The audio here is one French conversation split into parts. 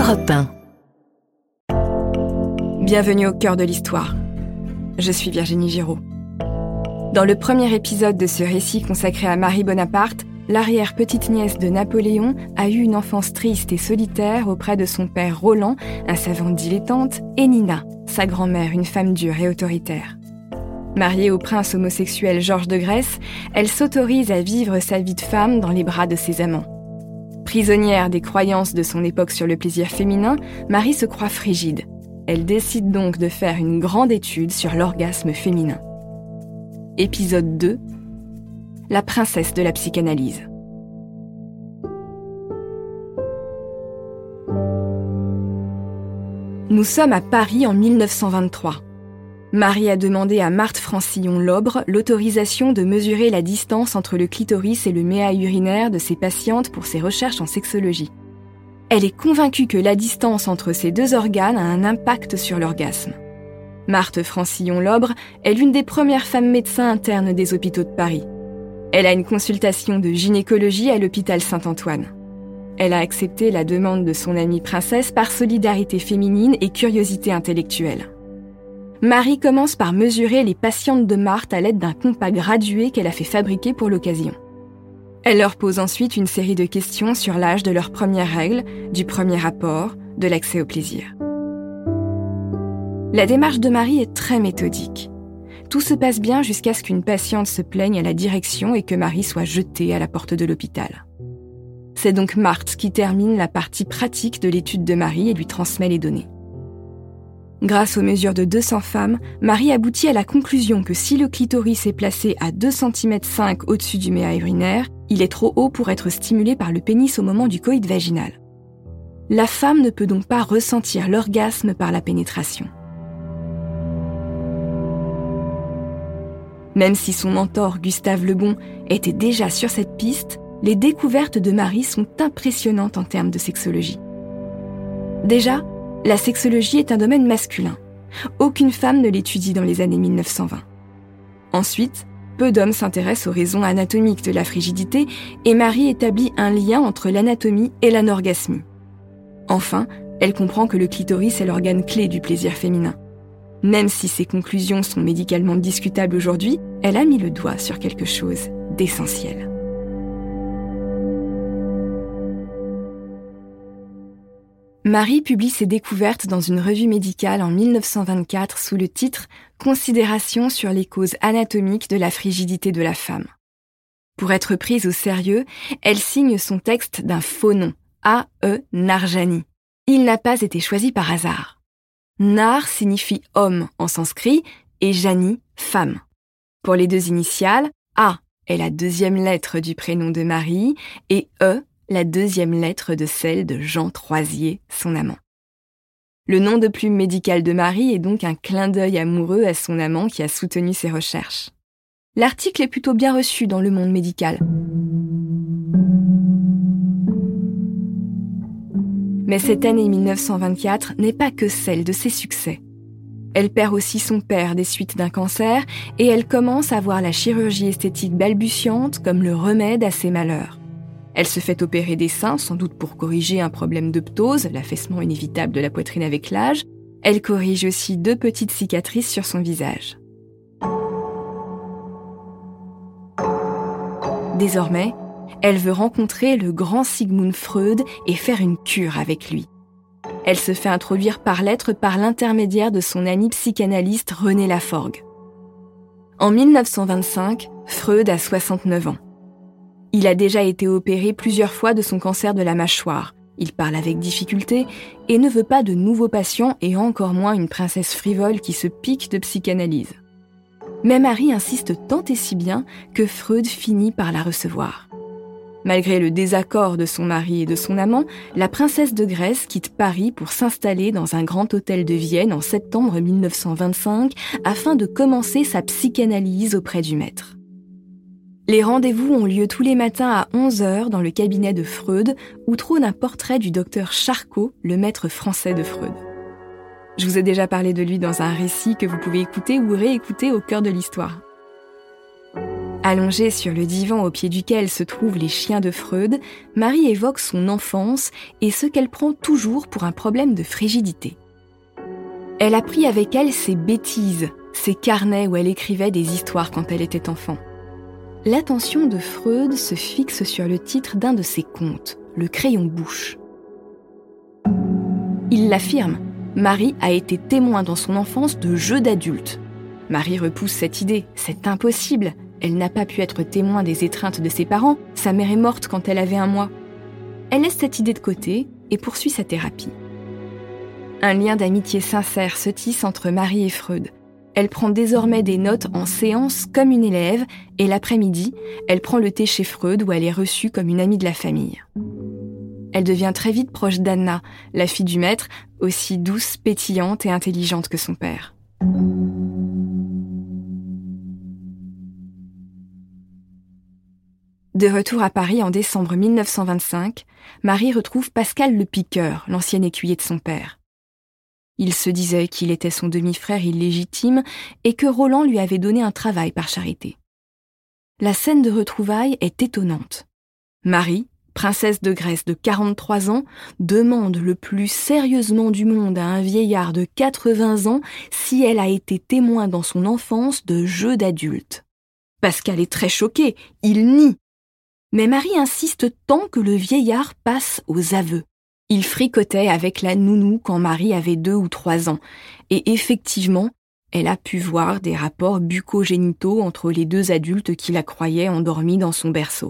Europe 1. Bienvenue au cœur de l'histoire. Je suis Virginie Giraud. Dans le premier épisode de ce récit consacré à Marie Bonaparte, l'arrière-petite-nièce de Napoléon a eu une enfance triste et solitaire auprès de son père Roland, un savant dilettante, et Nina, sa grand-mère, une femme dure et autoritaire. Mariée au prince homosexuel Georges de Grèce, elle s'autorise à vivre sa vie de femme dans les bras de ses amants. Prisonnière des croyances de son époque sur le plaisir féminin, Marie se croit frigide. Elle décide donc de faire une grande étude sur l'orgasme féminin. Épisode 2. La princesse de la psychanalyse. Nous sommes à Paris en 1923. Marie a demandé à Marthe Francillon-Lobre l'autorisation de mesurer la distance entre le clitoris et le méa urinaire de ses patientes pour ses recherches en sexologie. Elle est convaincue que la distance entre ces deux organes a un impact sur l'orgasme. Marthe Francillon-Lobre est l'une des premières femmes médecins internes des hôpitaux de Paris. Elle a une consultation de gynécologie à l'hôpital Saint-Antoine. Elle a accepté la demande de son amie princesse par solidarité féminine et curiosité intellectuelle. Marie commence par mesurer les patientes de Marthe à l'aide d'un compas gradué qu'elle a fait fabriquer pour l'occasion. Elle leur pose ensuite une série de questions sur l'âge de leur première règle, du premier rapport, de l'accès au plaisir. La démarche de Marie est très méthodique. Tout se passe bien jusqu'à ce qu'une patiente se plaigne à la direction et que Marie soit jetée à la porte de l'hôpital. C'est donc Marthe qui termine la partie pratique de l'étude de Marie et lui transmet les données. Grâce aux mesures de 200 femmes, Marie aboutit à la conclusion que si le clitoris est placé à 2,5 cm au-dessus du méa urinaire, il est trop haut pour être stimulé par le pénis au moment du coït vaginal. La femme ne peut donc pas ressentir l'orgasme par la pénétration. Même si son mentor Gustave Le Bon était déjà sur cette piste, les découvertes de Marie sont impressionnantes en termes de sexologie. Déjà, la sexologie est un domaine masculin. Aucune femme ne l'étudie dans les années 1920. Ensuite, peu d'hommes s'intéressent aux raisons anatomiques de la frigidité et Marie établit un lien entre l'anatomie et l'anorgasmie. Enfin, elle comprend que le clitoris est l'organe clé du plaisir féminin. Même si ses conclusions sont médicalement discutables aujourd'hui, elle a mis le doigt sur quelque chose d'essentiel. Marie publie ses découvertes dans une revue médicale en 1924 sous le titre « Considérations sur les causes anatomiques de la frigidité de la femme ». Pour être prise au sérieux, elle signe son texte d'un faux nom, A.E. Narjani. Il n'a pas été choisi par hasard. Nar signifie homme en sanskrit et Jani, femme. Pour les deux initiales, A est la deuxième lettre du prénom de Marie et E la deuxième lettre de celle de Jean Troisier, son amant. Le nom de plume médical de Marie est donc un clin d'œil amoureux à son amant qui a soutenu ses recherches. L'article est plutôt bien reçu dans le monde médical. Mais cette année 1924 n'est pas que celle de ses succès. Elle perd aussi son père des suites d'un cancer et elle commence à voir la chirurgie esthétique balbutiante comme le remède à ses malheurs. Elle se fait opérer des seins, sans doute pour corriger un problème de ptose, l'affaissement inévitable de la poitrine avec l'âge. Elle corrige aussi 2 petites cicatrices sur son visage. Désormais, elle veut rencontrer le grand Sigmund Freud et faire une cure avec lui. Elle se fait introduire par lettre par l'intermédiaire de son ami psychanalyste René Laforgue. En 1925, Freud a 69 ans. Il a déjà été opéré plusieurs fois de son cancer de la mâchoire. Il parle avec difficulté et ne veut pas de nouveaux patients et encore moins une princesse frivole qui se pique de psychanalyse. Mais Marie insiste tant et si bien que Freud finit par la recevoir. Malgré le désaccord de son mari et de son amant, la princesse de Grèce quitte Paris pour s'installer dans un grand hôtel de Vienne en septembre 1925 afin de commencer sa psychanalyse auprès du maître. Les rendez-vous ont lieu tous les matins à 11h dans le cabinet de Freud, où trône un portrait du docteur Charcot, le maître français de Freud. Je vous ai déjà parlé de lui dans un récit que vous pouvez écouter ou réécouter au cœur de l'histoire. Allongée sur le divan au pied duquel se trouvent les chiens de Freud, Marie évoque son enfance et ce qu'elle prend toujours pour un problème de frigidité. Elle a pris avec elle ses bêtises, ses carnets où elle écrivait des histoires quand elle était enfant. L'attention de Freud se fixe sur le titre d'un de ses contes, Le Crayon-Bouche. Il l'affirme, Marie a été témoin dans son enfance de jeux d'adultes. Marie repousse cette idée, c'est impossible. Elle n'a pas pu être témoin des étreintes de ses parents, sa mère est morte quand elle avait 1 mois. Elle laisse cette idée de côté et poursuit sa thérapie. Un lien d'amitié sincère se tisse entre Marie et Freud. Elle prend désormais des notes en séance comme une élève et l'après-midi, elle prend le thé chez Freud où elle est reçue comme une amie de la famille. Elle devient très vite proche d'Anna, la fille du maître, aussi douce, pétillante et intelligente que son père. De retour à Paris en décembre 1925, Marie retrouve Pascal le Piqueur, l'ancien écuyer de son père. Il se disait qu'il était son demi-frère illégitime et que Roland lui avait donné un travail par charité. La scène de retrouvailles est étonnante. Marie, princesse de Grèce de 43 ans, demande le plus sérieusement du monde à un vieillard de 80 ans si elle a été témoin dans son enfance de jeux d'adultes. Pascal est très choqué, il nie. Mais Marie insiste tant que le vieillard passe aux aveux. Il fricotait avec la nounou quand Marie avait 2 ou 3 ans. Et effectivement, elle a pu voir des rapports bucco-génitaux entre les 2 adultes qui la croyaient endormie dans son berceau.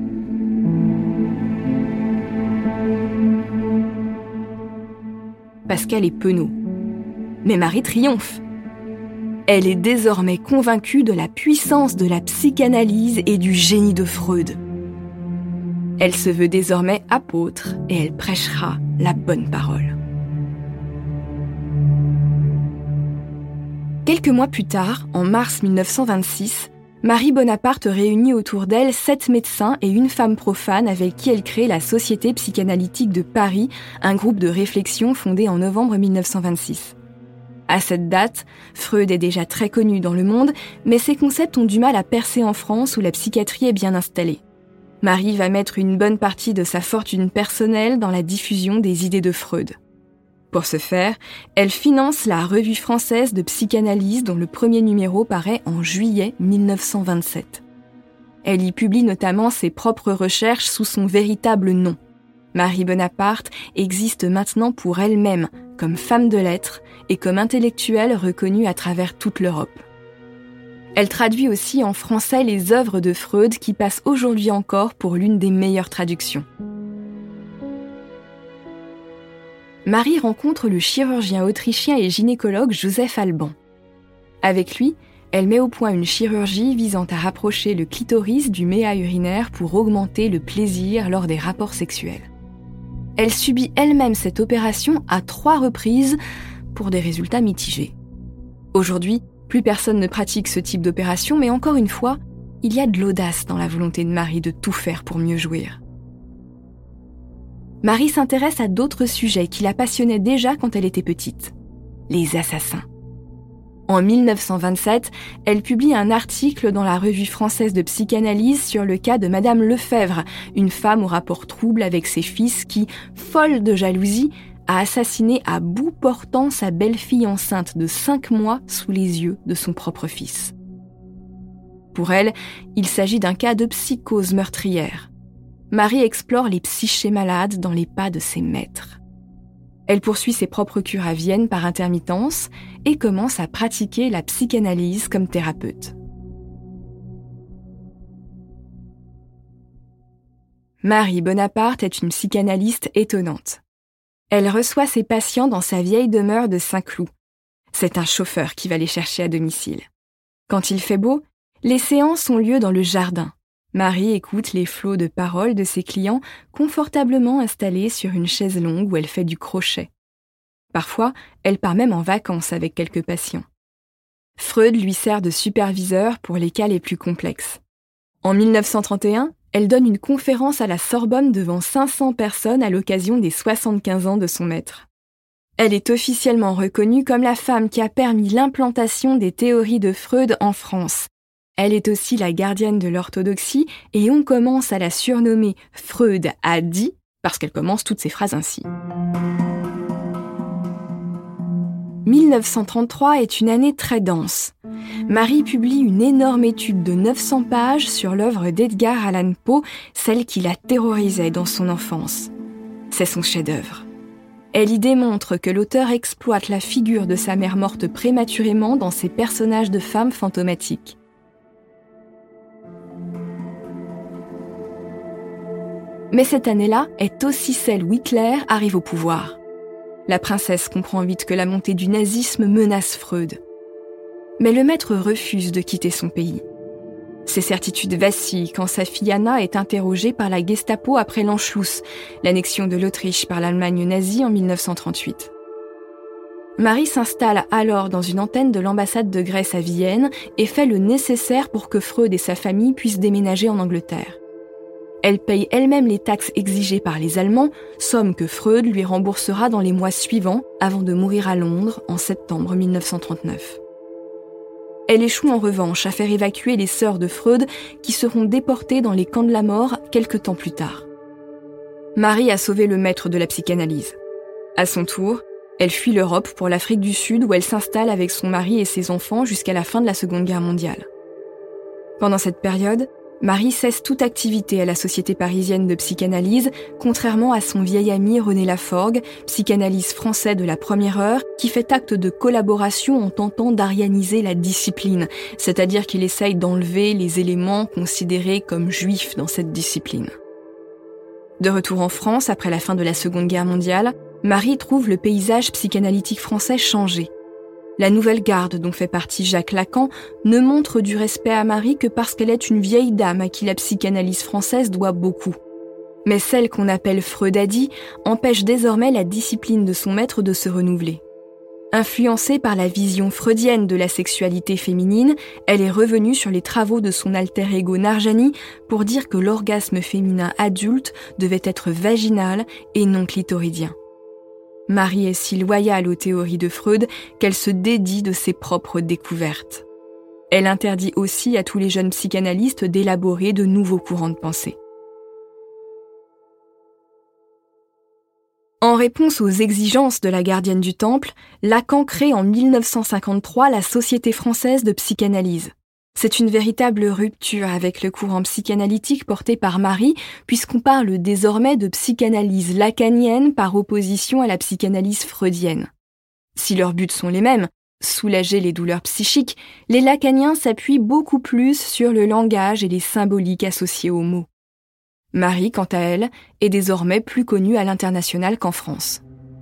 Pascal est penaud. Mais Marie triomphe. Elle est désormais convaincue de la puissance de la psychanalyse et du génie de Freud. Elle se veut désormais apôtre et elle prêchera la bonne parole. Quelques mois plus tard, en mars 1926, Marie Bonaparte réunit autour d'elle 7 médecins et une femme profane avec qui elle crée la Société psychanalytique de Paris, un groupe de réflexion fondé en novembre 1926. À cette date, Freud est déjà très connu dans le monde, mais ses concepts ont du mal à percer en France où la psychiatrie est bien installée. Marie va mettre une bonne partie de sa fortune personnelle dans la diffusion des idées de Freud. Pour ce faire, elle finance la Revue française de psychanalyse dont le premier numéro paraît en juillet 1927. Elle y publie notamment ses propres recherches sous son véritable nom. Marie Bonaparte existe maintenant pour elle-même, comme femme de lettres et comme intellectuelle reconnue à travers toute l'Europe. Elle traduit aussi en français les œuvres de Freud qui passent aujourd'hui encore pour l'une des meilleures traductions. Marie rencontre le chirurgien autrichien et gynécologue Joseph Alban. Avec lui, elle met au point une chirurgie visant à rapprocher le clitoris du méa urinaire pour augmenter le plaisir lors des rapports sexuels. Elle subit elle-même cette opération à 3 reprises pour des résultats mitigés. Aujourd'hui, plus personne ne pratique ce type d'opération, mais encore une fois, il y a de l'audace dans la volonté de Marie de tout faire pour mieux jouir. Marie s'intéresse à d'autres sujets qui la passionnaient déjà quand elle était petite. Les assassins. En 1927, elle publie un article dans la Revue française de psychanalyse sur le cas de Madame Lefebvre, une femme au rapport trouble avec ses fils qui, folle de jalousie, a assassiné à bout portant sa belle-fille enceinte de 5 mois sous les yeux de son propre fils. Pour elle, il s'agit d'un cas de psychose meurtrière. Marie explore les psychés malades dans les pas de ses maîtres. Elle poursuit ses propres cures à Vienne par intermittence et commence à pratiquer la psychanalyse comme thérapeute. Marie Bonaparte est une psychanalyste étonnante. Elle reçoit ses patients dans sa vieille demeure de Saint-Cloud. C'est un chauffeur qui va les chercher à domicile. Quand il fait beau, les séances ont lieu dans le jardin. Marie écoute les flots de paroles de ses clients confortablement installés sur une chaise longue où elle fait du crochet. Parfois, elle part même en vacances avec quelques patients. Freud lui sert de superviseur pour les cas les plus complexes. En 1931, elle donne une conférence à la Sorbonne devant 500 personnes à l'occasion des 75 ans de son maître. Elle est officiellement reconnue comme la femme qui a permis l'implantation des théories de Freud en France. Elle est aussi la gardienne de l'orthodoxie et on commence à la surnommer Freud a dit parce qu'elle commence toutes ses phrases ainsi. 1933 est une année très dense. Marie publie une énorme étude de 900 pages sur l'œuvre d'Edgar Allan Poe, celle qui la terrorisait dans son enfance. C'est son chef-d'œuvre. Elle y démontre que l'auteur exploite la figure de sa mère morte prématurément dans ses personnages de femmes fantomatiques. Mais cette année-là est aussi celle où Hitler arrive au pouvoir. La princesse comprend vite que la montée du nazisme menace Freud. Mais le maître refuse de quitter son pays. Ses certitudes vacillent quand sa fille Anna est interrogée par la Gestapo après l'Anschluss, l'annexion de l'Autriche par l'Allemagne nazie en 1938. Marie s'installe alors dans une antenne de l'ambassade de Grèce à Vienne et fait le nécessaire pour que Freud et sa famille puissent déménager en Angleterre. Elle paye elle-même les taxes exigées par les Allemands, somme que Freud lui remboursera dans les mois suivants avant de mourir à Londres en septembre 1939. Elle échoue en revanche à faire évacuer les sœurs de Freud qui seront déportées dans les camps de la mort quelque temps plus tard. Marie a sauvé le maître de la psychanalyse. À son tour, elle fuit l'Europe pour l'Afrique du Sud où elle s'installe avec son mari et ses enfants jusqu'à la fin de la Seconde Guerre mondiale. Pendant cette période, Marie cesse toute activité à la Société parisienne de psychanalyse, contrairement à son vieil ami René Laforgue, psychanalyste français de la première heure, qui fait acte de collaboration en tentant d'arianiser la discipline, c'est-à-dire qu'il essaye d'enlever les éléments considérés comme juifs dans cette discipline. De retour en France, après la fin de la Seconde Guerre mondiale, Marie trouve le paysage psychanalytique français changé. La nouvelle garde dont fait partie Jacques Lacan ne montre du respect à Marie que parce qu'elle est une vieille dame à qui la psychanalyse française doit beaucoup. Mais celle qu'on appelle freudadie empêche désormais la discipline de son maître de se renouveler. Influencée par la vision freudienne de la sexualité féminine, elle est revenue sur les travaux de son alter ego Narjani pour dire que l'orgasme féminin adulte devait être vaginal et non clitoridien. Marie est si loyale aux théories de Freud qu'elle se dédie de ses propres découvertes. Elle interdit aussi à tous les jeunes psychanalystes d'élaborer de nouveaux courants de pensée. En réponse aux exigences de la gardienne du Temple, Lacan crée en 1953 la Société française de psychanalyse. C'est une véritable rupture avec le courant psychanalytique porté par Marie, puisqu'on parle désormais de psychanalyse lacanienne par opposition à la psychanalyse freudienne. Si leurs buts sont les mêmes, soulager les douleurs psychiques, les lacaniens s'appuient beaucoup plus sur le langage et les symboliques associées aux mots. Marie, quant à elle, est désormais plus connue à l'international qu'en France.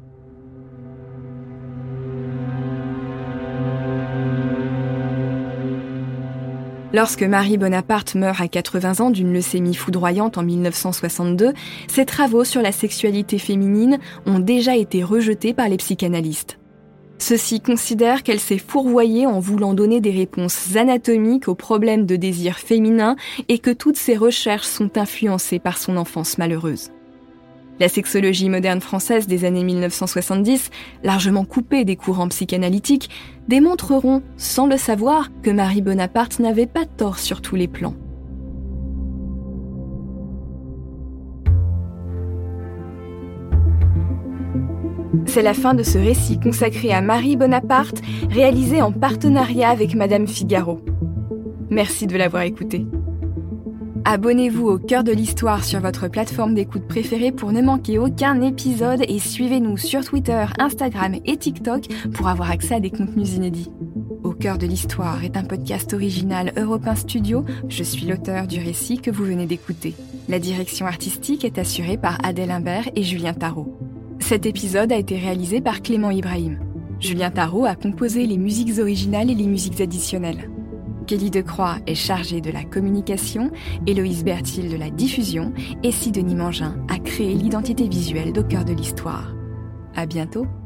Lorsque Marie Bonaparte meurt à 80 ans d'une leucémie foudroyante en 1962, ses travaux sur la sexualité féminine ont déjà été rejetés par les psychanalystes. Ceux-ci considèrent qu'elle s'est fourvoyée en voulant donner des réponses anatomiques aux problèmes de désir féminin et que toutes ses recherches sont influencées par son enfance malheureuse. La sexologie moderne française des années 1970, largement coupée des courants psychanalytiques, démontreront, sans le savoir, que Marie Bonaparte n'avait pas tort sur tous les plans. C'est la fin de ce récit consacré à Marie Bonaparte, réalisé en partenariat avec Madame Figaro. Merci de l'avoir écouté. Abonnez-vous au Cœur de l'Histoire sur votre plateforme d'écoute préférée pour ne manquer aucun épisode et suivez-nous sur Twitter, Instagram et TikTok pour avoir accès à des contenus inédits. Au Cœur de l'Histoire est un podcast original Europe 1 Studio. Je suis l'auteur du récit que vous venez d'écouter. La direction artistique est assurée par Adèle Imbert et Julien Tarot. Cet épisode a été réalisé par Clément Ibrahim. Julien Tarot a composé les musiques originales et les musiques additionnelles. Kelly Decroix est chargée de la communication, Héloïse Bertil de la diffusion et Sidonie Mangin a créé l'identité visuelle d'Au Cœur de l'Histoire. À bientôt!